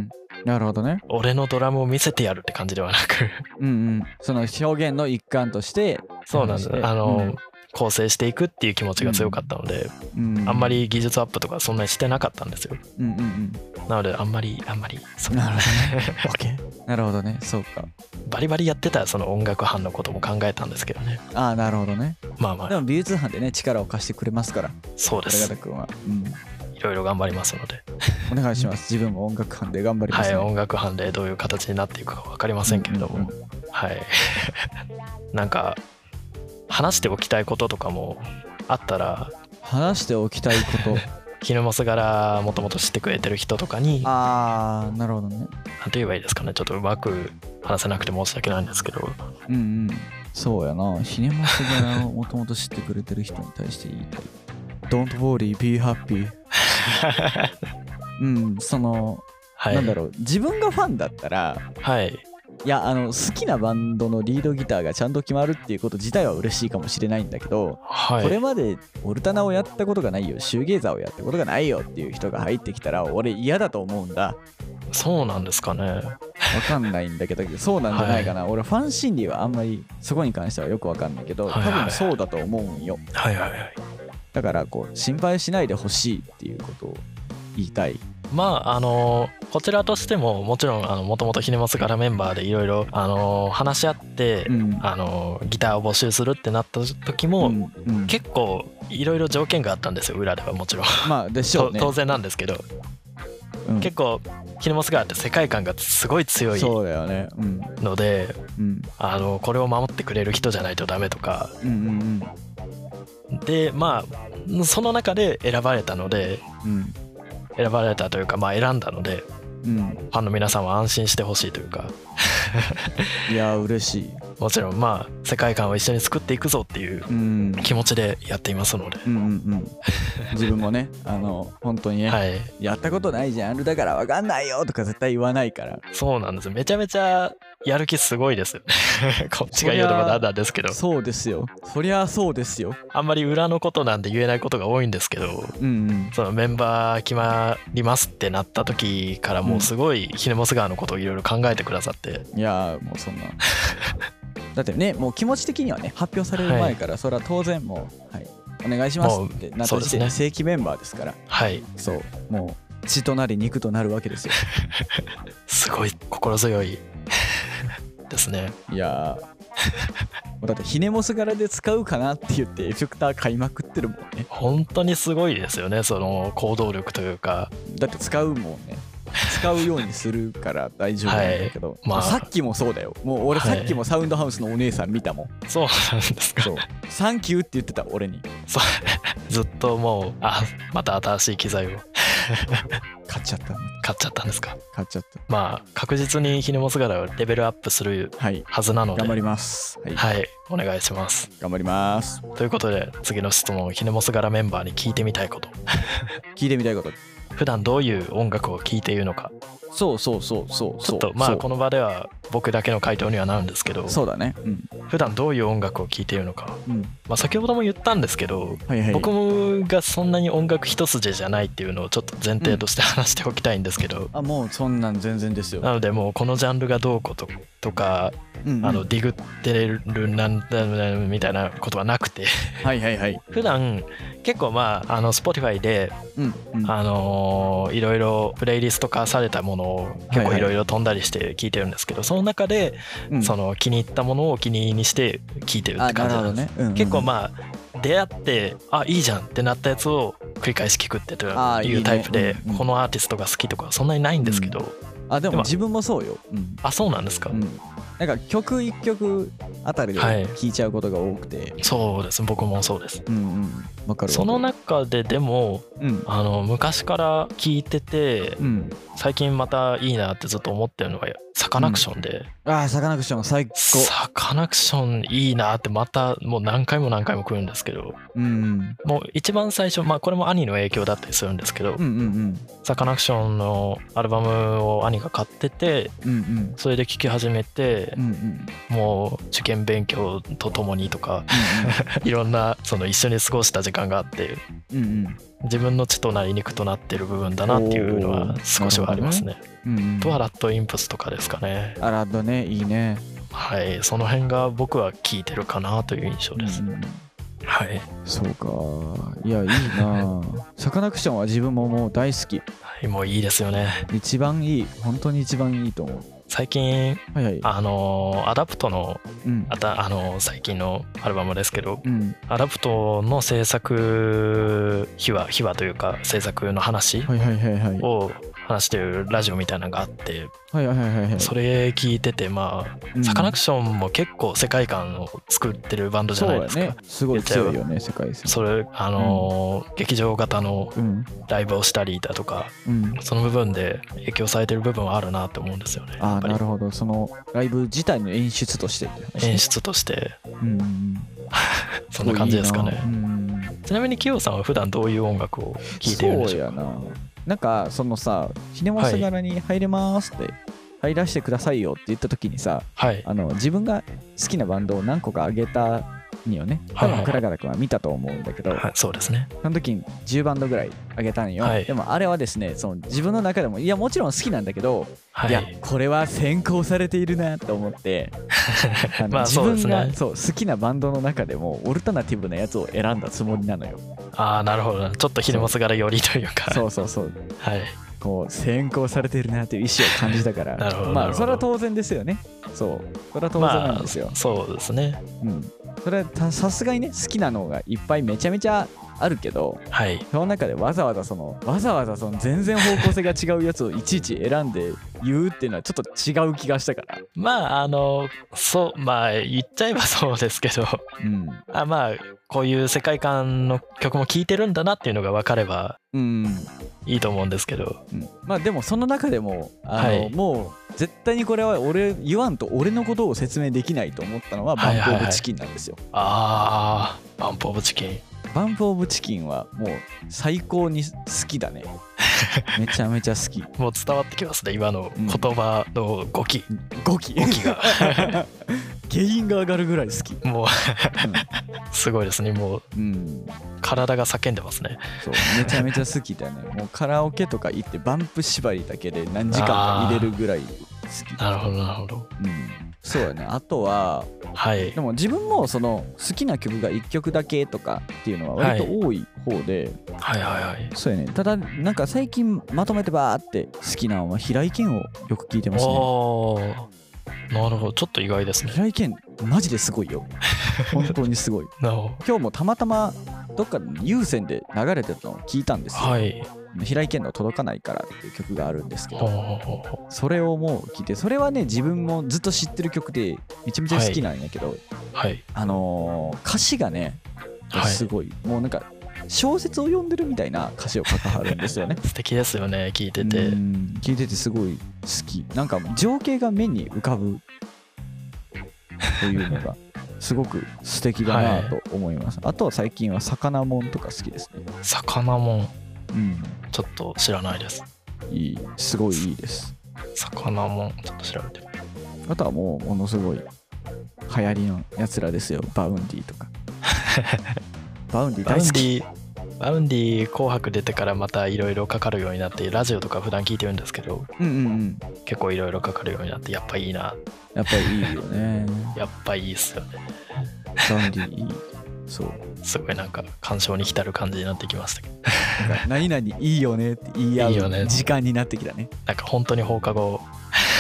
なるほどね。 俺のドラムを見せてやるって感じではなくうんうん、その表現の一環として、 そうなんです。あの、うん、構成していくっていう気持ちが強かったので、うんうん、あんまり技術アップとかそんなにしてなかったんですよ。うんうんうん、なのであんまりあんまりそうなるほどねなるほどね、そうか。 バリバリやってたらその音楽班のことも考えたんですけどね。 ああ、なるほどね。 まあまあでも美術班でね力を貸してくれますから。 そうです。 君は、うん、 いろいろ頑張りますのでお願いします。自分も音楽班で頑張ります、ね、 はい、音楽班でどういう形になっていくか分かりませんけれども、うんうんうん、はいなんか話しておきたいこととかもあったら。 話しておきたいことヒネモス柄もともと知ってくれてる人とかに、 ああ、なるほどね。 なんて言えばいいですかね、ちょっとうまく話せなくて申し訳ないんですけど、 うんうん、そうやな、ヒネモス柄をもともと知ってくれてる人に対して言いたいDon't worry, be happy うん、その、はい、なんだろう、自分がファンだったら、はい、いや、あの好きなバンドのリードギターがちゃんと決まるっていうこと自体は嬉しいかもしれないんだけど、はい、これまでオルタナをやったことがないよ、シューゲーザーをやったことがないよっていう人が入ってきたら俺嫌だと思うんだ。 そうなんですかね、わかんないんだけど、そうなんじゃないかな、はい、俺ファン心理はあんまりそこに関してはよくわかんないけど、多分そうだと思うんよ。はいはいはい。だからこう心配しないでほしいっていうことを言いたい。 まああのこちらとしてももちろんもともとヒネモス柄メンバーでいろいろ話し合って、うん、あのギターを募集するってなった時も、うんうん、結構いろいろ条件があったんですよ、裏ではもちろん。まあでしょうね、当然なんですけど、うん、結構ヒネモス柄って世界観がすごい強いので、そうだよね、うん、あのこれを守ってくれる人じゃないとダメとか、うんうんうん、でまあその中で選ばれたので、うん、選ばれたというか、まあ選んだので、うん、ファンの皆さんは安心してほしいというかいや嬉しい。 もちろんまあ世界観を一緒に作っていくぞっていう気持ちでやっていますので、うんうんうん、 自分もねあの本当にね、はい、やったことないジャンルだから分かんないよとか絶対言わないから。 そうなんですよ、めちゃめちゃやる気すごいですよねこっちが言うのもなんなんですけど。 そうですよ、そりゃそうですよ。 あんまり裏のことなんで言えないことが多いんですけど、うんうん、そのメンバー決まりますってなった時からもうすごいヒネモス川のことをいろいろ考えてくださって、 うん、いやもうそんなだってね、もう気持ち的にはね発表される前から、はい、それは当然もう、はい、お願いしますってなった時点で正規メンバーですから、はい、そうもう血となり肉となるわけですよすごい心強いですね。 いやだってヒネモス柄で使うかなって言ってエフェクター買いまくってるもんね。 本当にすごいですよね、その行動力というか。 だって使うもんね、使うようにするから大丈夫なんだけど、はい、まあ、さっきもそうだよ。もう俺さっきもサウンドハウスのお姉さん見たもん、はい、そうなんですか。そうサンキューって言ってた俺に。そうずっともうあまた新しい機材を買っちゃった買っちゃったんですか。買っちゃった。まあ確実にヒネモス柄をレベルアップするはずなので、はい、頑張ります、はい、はい、お願いします。頑張ります。ということで次の質問、ヒネモス柄メンバーに聞いてみたいこと聞いてみたいこと、普段どういう音楽を聴いているのか。そうそうそうそう、ちょっとまあこの場では僕だけの回答にはなるんですけど、そうだね、うん、普段どういう音楽を聴いているのか、うん、まあ先ほども言ったんですけど、はいはい、僕がそんなに音楽一筋じゃないっていうのをちょっと前提として話しておきたいんですけど、うん、あもうそんなん全然ですよ。なのでもうこのジャンルがどうこう と, とか、うんうん、あのディグってるなんだみたいなことはなくてはいはいはい、普段結構まああの Spotify で、うんうん、あのー、いろいろプレイリスト化されたものを結構いろいろ飛んだりして聞いてるんですけど、はいはい、その中で、うん、その気に入ったものを気に入りにして聞いてるって感じなんです、ね、うんうん、結構まあ出会ってあいいじゃんってなったやつを繰り返し聞くっていうタイプで、このアーティストが好きとかそんなにないんですけど、うん、 あでも自分もそうよ、うん、 あそうなんですか、 うん、なんか曲いっきょくあたりで聴いちゃうことが多くて、 はい、そうです僕もそうです。 うんうんわかる。 その中ででも、うん、あの昔から聴いてて、うん、最近またいいなってずっと思ってるのがサカナクションで、 うん、ああサカナクション最高。 サカナクションいいなってまたもう何回も何回も来るんですけど、うんうん、もう一番最初まあこれも兄の影響だったりするんですけど、うんうんうん、サカナクションのアルバムを兄が買ってて、うんうん、それで聴き始めて、うんうん、もう受験勉強とともにとか、うんうん、いろんなその一緒に過ごした時間があって、うんうん、自分の血となり肉となってる部分だなっていうのは少しはありますね。うんうん、とはラッドインプスとかですかね。 あラッドねいいね。 はい、その辺が僕は聴いてるかなという印象です。うんうん、はい。 そうか。いやいいな。サカナクションは自分ももう大好き。 はい、もういいですよね。 一番いい、本当に一番いいと思う。 最近、はいはい、あのアダプトの、うん、あたあの最近のアルバムですけど、うん、アダプトの制作秘話秘話というか制作の話を話してるラジオみたいなのがあって、はいはいはいはい、それ聞いててまあ、うん、サカナクションも結構世界観を作ってるバンドじゃないですか。そうだね、 すごい強いよね世界線。 それあの、うん、劇場型のライブをしたりだとか、うん、その部分で影響されてる部分はあるなと思うんですよね。 ああなるほど。そのライブ自体の演出として演出として、うん、そんな感じですかね。いいな、うん、ちなみにキヨさんは普段どういう音楽を聴いてるんでしょうか。 そうやな、なんかそのさひねもすがらに入れますって、はい、入らせてくださいよって言った時にさ、はい、あの自分が好きなバンドを何個かあげたによね。多分倉方君は見たと思うんだけど、はいはい、 そうですね。 その時にじゅうバンドぐらいあげたんよ、はい、でもあれはですねその自分の中でもいやもちろん好きなんだけど、はい、いやこれは先行されているなと思ってあのまあ自分が、ね、そう好きなバンドの中でもオルタナティブなやつを選んだつもりなのよ。 ああなるほど。ちょっとひねもすがら寄りというかそうそうそうはいこう先行されているなという意思を感じたからなるほどまあそれは当然ですよね。そうそれは当然なんですよ、まあ、 そうですね。うんそれはさすがにね好きなのがいっぱいめちゃめちゃあるけど、はい、その中でわざわざそのわざわざその全然方向性が違うやつをいちいち選んで言うっていうのはちょっと違う気がしたから。 まああのそうまあ言っちゃえばそうですけど、うん、あまあこういう世界観の曲も聴いてるんだなっていうのが分かればいいと思うんですけど、 うん、まあでもその中でもあの、はい、もう絶対にこれは俺言わんと俺のことを説明できないと思ったのはバンプオブチキンなんですよ。 はいはいはい、あーバンプオブチキンバンプオブチキンはもう最高に好きだねめちゃめちゃ好き。 もう伝わってきますね今の言葉の語気、うん、 語気語気が原因が上がるぐらい好き。 もう、うん、すごいですねもう、うん、体が叫んでますね。 そうめちゃめちゃ好きだね。もうカラオケとか行ってバンプ縛りだけで何時間か入れるぐらい好き。 なるほどなるほど、うん、 そうやね。あとは、はい、でも自分もその好きな曲がいっきょくだけとかっていうのは割と多い方で、 はい、はいはいはいそうやね。ただなんか最近まとめてバーって好きなのは平井堅をよく聞いてますね。 おーなるほどちょっと意外ですね。 平井堅マジですごいよ本当にすごい今日もたまたまどっか有線で流れてたのを聞いたんですよ、はい、平井堅の届かないからっていう曲があるんですけど、それをもう聞いてそれはね自分もずっと知ってる曲でめちゃめちゃ好きなんやけど、はいはい、あのー、歌詞がねすごい、はい、もうなんか小説を読んでるみたいな歌詞を書かはるんですよね素敵ですよね聞いてて。 うん聞いててすごい好き。なんか情景が目に浮かぶというのがすごく素敵だなと思います、はい、あとは最近は魚もんとか好きですね。 魚もん、うん、ちょっと知らないです。 いいすごいいいです。 魚もんちょっと調べてみる。 あとはもうものすごい流行りのやつらですよ。バウンディとかバウンディ大好き。 バウンディ紅白出てからまたいろいろかかるようになってラジオとか普段聞いてるんですけど、うんうんうん、結構いろいろかかるようになってやっぱいいな。 やっぱりいいよねやっぱいいっすよね。 バウンディいい。そうすごいなんか感傷に浸る感じになってきましたけどなんか何々いいよねって言い合う時間になってきたね。 なんか本当に放課後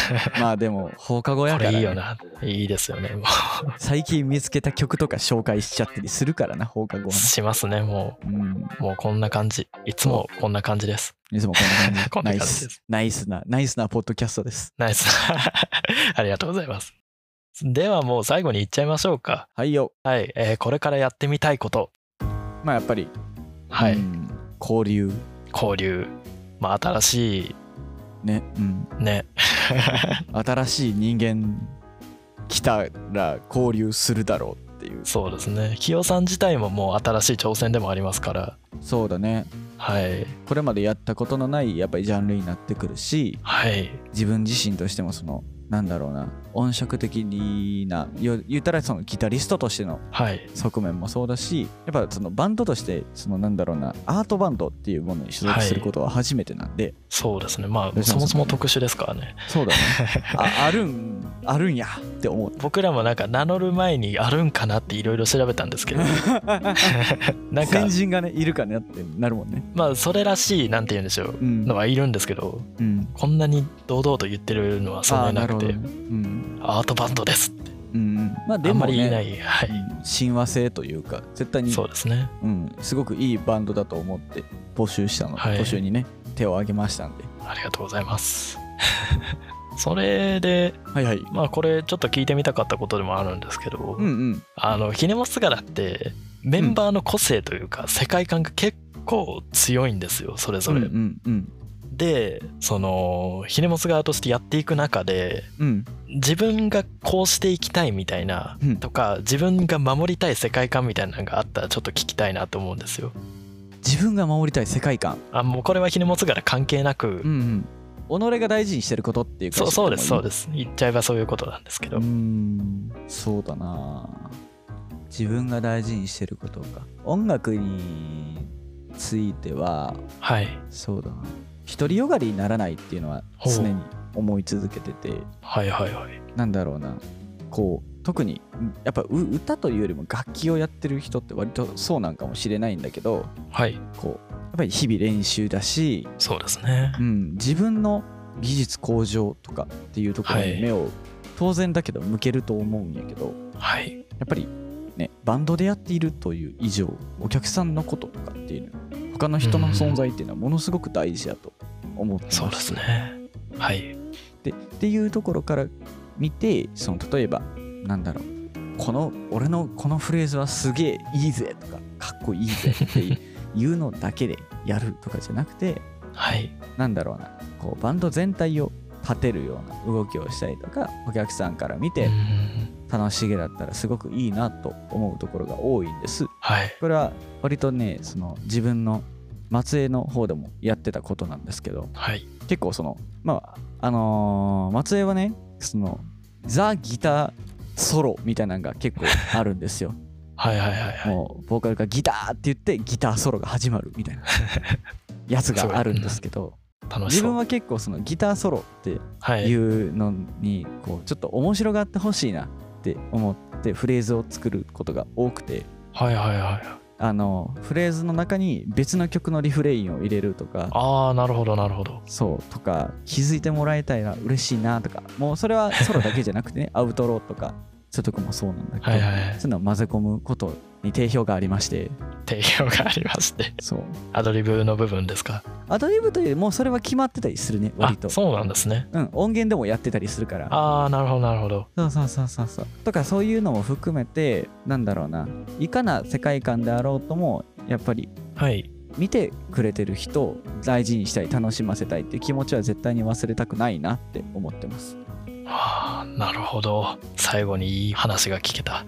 まあでも放課後やこから、ね、 れいいよな。いいですよね。もう最近見つけた曲とか紹介しちゃったりするからな、放課後はね。 しますね。もうん。 う、もうこんな感じ。いつもこんな感じです。 いつもこんな感じ。 こんなナイ感じですス。ナイスな、ナイスなポッドキャストです。 ナイス。ありがとうございます。ではもう最後に言っちゃいましょうか。 はいよ。 はい、えーこれからやってみたいこと。 まあやっぱり、 はい、 うん交流。 交流。まあ新しいね。うん。 ね。 新しい人間来たら交流するだろうっていう。 そうですね。キヨさん自体ももう新しい挑戦でもありますから。 そうだね。 はい。 これまでやったことのないやっぱりジャンルになってくるし、 はい。 自分自身としてもそのなんだろうな、音色的な言うたらそのギタリストとしてのはい。 側面もそうだし、やっぱそのバンドとしてそのなんだろうな、アートバンドっていうものに所属することは初めてなんで、 そうですね。まあ吉野さんそもそも特殊ですからね。 そうだね。あ、あるんあるんやって思った。 僕らもなんか名乗る前にあるんかなっていろいろ調べたんですけどなんか先人がねいるかねってなるもんね。 まあそれらしいなんて言うんでしょう、 うんのはいるんですけど、 うん、 こんなに堂々と言ってるのはそんなになくて、 あーなるほどねうん、 アートバンドですってうんうん、まあであんまもね、 り言えない、はい、 親和性というか絶対にそうですね。 うん、すごくいいバンドだと思って募集したので、 はい募集にね手を挙げましたんで。 ありがとうございますそれではいはい。 まあこれちょっと聞いてみたかったことでもあるんですけど、 うんうん。 あのヒネモスガラってメンバーの個性というか世界観が結構強いんですよ、それぞれ、 うんうんうんでそのヒネモス側としてやっていく中でうん自分がこうしていきたいみたいなうんとか自分が守りたい世界観みたいなのがあったらちょっと聞きたいなと思うんですよ。 自分が守りたい世界観。 あもうこれはヒネモス柄関係なく、 うんうん。己が大事にしてることっていうか。 そうそうですそうす。 です言っちゃえばそういうことなんですけど、 うーんそうだな。自分が大事にしてることか。音楽についてははいそうだな。独りよがりにならないっていうのは常に思い続けてて、 はいはいはいなんだろうな、こう特にやっぱう歌というよりも楽器をやってる人って割とそうなんかもしれないんだけど、 はいこうやっぱり日々練習だし、 そうですねうん、自分の技術向上とかっていうところに目を当然だけど向けると思うんやけど、 はいやっぱりねバンドでやっているという以上お客さんのこととかっていうの他の人の存在っていうのはものすごく大事だと思ってます。 そうですねはいでっていうところから見て、その例えばなんだろう、この俺のこのフレーズはすげえいいぜとかかっこいいぜっていうのだけでやるとかじゃなくて、 はいなんだろうな、こうバンド全体を立てるような動きをしたりとか、お客さんから見て楽しげだったらすごくいいなと思うところが多いんです。 はいこれは割とね、その自分の松江の方でもやってたことなんですけど、 はい結構そのまああのー松江はね、そのザ・ギターソロみたいなのが結構あるんですよ。 はいはいはいはいもうボーカルがギターって言ってギターソロが始まるみたいなやつがあるんですけど、 楽しそう自分は結構そのギターソロってはいいうのにこうちょっと面白がってほしいなって思ってフレーズを作ることが多くて、 はいはいはいあのフレーズの中に別の曲のリフレインを入れるとか、 ああなるほどなるほどそうとか気づいてもらえたら嬉しいなとか、もうそれはソロだけじゃなくてねアウトローとかそういうとこもそうなんだけど、 はいはいはいそういうのを混ぜ込むことに定評がありまして、 定評がありましてそうアドリブの部分ですか。 アドリブというよりもそれは決まってたりするね、割と。 あそうなんですね。 うん、音源でもやってたりするから。 ああなるほどなるほどそうそうそうそうそうとかそういうのも含めて、なんだろうな、いかな世界観であろうともやっぱりはい見てくれてる人を大事にしたい、楽しませたいっていう気持ちは絶対に忘れたくないなって思ってます。 はあなるほど、最後にいい話が聞けた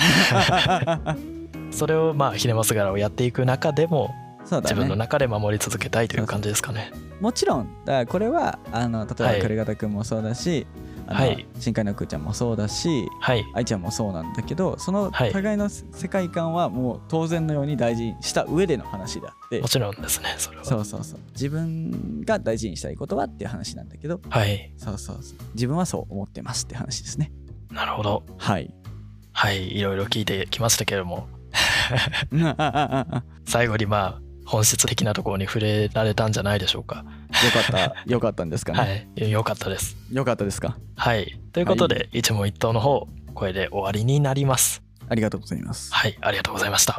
それをまあヒネマス柄をやっていく中でもそうだね、 自分の中で守り続けたいという感じですかね。 もちろんだからこれはあの例はいえば栗形くんもそうだし、あのはい深海のくーちゃんもそうだしはい愛ちゃんもそうなんだけど、そのはい互いの世界観はもう当然のように大事にした上での話であって、 もちろんですねそれは。 そうそうそう、自分が大事にしたいことはっていう話なんだけど、 はいそうそうそう、自分はそう思ってますって話ですね。 なるほど。 はいはいいろいろ聞いてきましたけれども最後にまあ本質的なところに触れられたんじゃないでしょうかかったよかったんですかね。 はい、よかったです。 よかったですか。 はいということで、一問一答の方これで終わりになります。 ありがとうございます。 はい、ありがとうございました。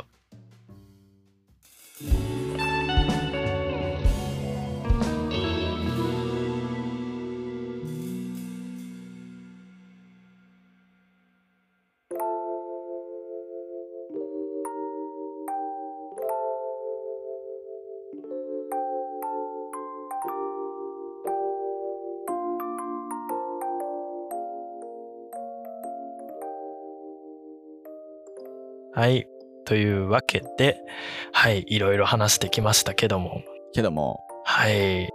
はいというわけで、はいいろいろ話してきましたけどもけどもはい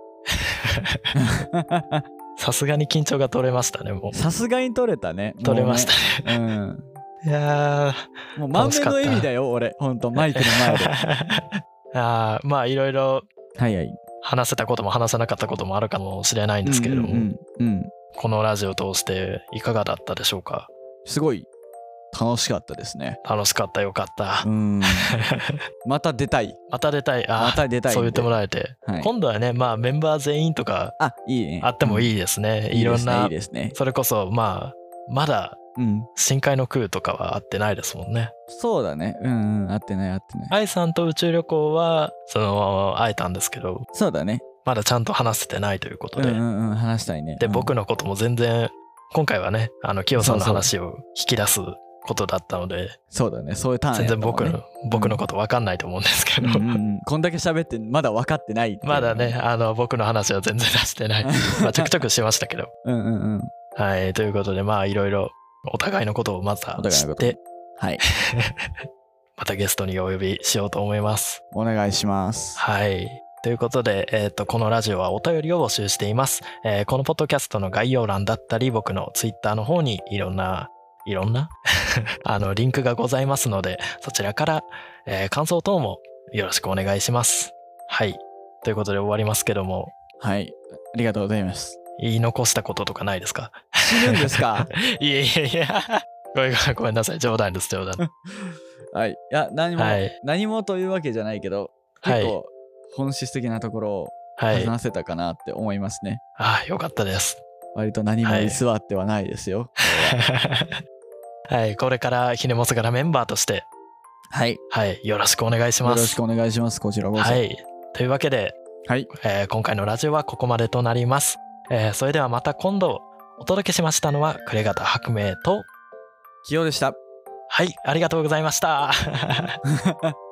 さすがに緊張が取れましたね。もうさすがに取れたね。 取れましたね。 うんいやーもう満面の笑みだよ俺、ほんとマイクの前であまあいろいろはいはい話せたことも話せなかったこともあるかもしれないんですけれども、 うんうんうんうん、 このラジオを通していかがだったでしょうか。 すごい楽しかったですね。 楽しかった、よかった。 うんまた出たい。 また出たい。あまた出たいんで。 そう言ってもらえて、はい、今度はね、まあメンバー全員とかあいいねあってもいいですね。うん、いろんな、 いいですね。 それこそまあまだ深海の空とかは会ってないですもんね。 そうだね。うんうん会ってない会ってない。 愛さんと宇宙旅行はその会えたんですけど。 そうだね。 まだちゃんと話せてないということで。 うんうんうん話したいね。 で、うん、僕のことも全然今回はねあのキヨさんの話を引き出すことだったので。 そうだね。そういうターンやったもんね。 全然僕の僕のこと分かんないと思うんですけど、うんうんうん、こんだけ喋ってまだ分かってないっていう、ね、 まだねあの僕の話は全然出してないまあちょくちょくしましたけどうんうんうんはいということでまあいろいろお互いのことをまた知ってはいまたゲストにお呼びしようと思います。 お願いします。 はいということで、えー、とこのラジオはお便りを募集しています、えー、このポッドキャストの概要欄だったり僕のツイッターの方にいろんないろんなあのリンクがございますのでそちらから、えー、感想等もよろしくお願いします。はいということで終わりますけども。 はいありがとうございます。 言い残したこととかないですか？ 死ぬんですか？ いやいやいやごめんごめんなさい冗談です冗談はいいや何も、 はい、 何もというわけじゃないけど結構本質的なところを話せたかなって思いますね。 はい、ああよかったです。 割と何も居座ってはないですよ。 はい、はい、これからひねもすがらメンバーとしてはいはいよろしくお願いします。 よろしくお願いします。こちらこそ。 はいというわけで、 はいえー、今回のラジオはここまでとなります。えー、それではまた今度お届けしましたのは暮れ方白明とキヨでした。 はいありがとうございました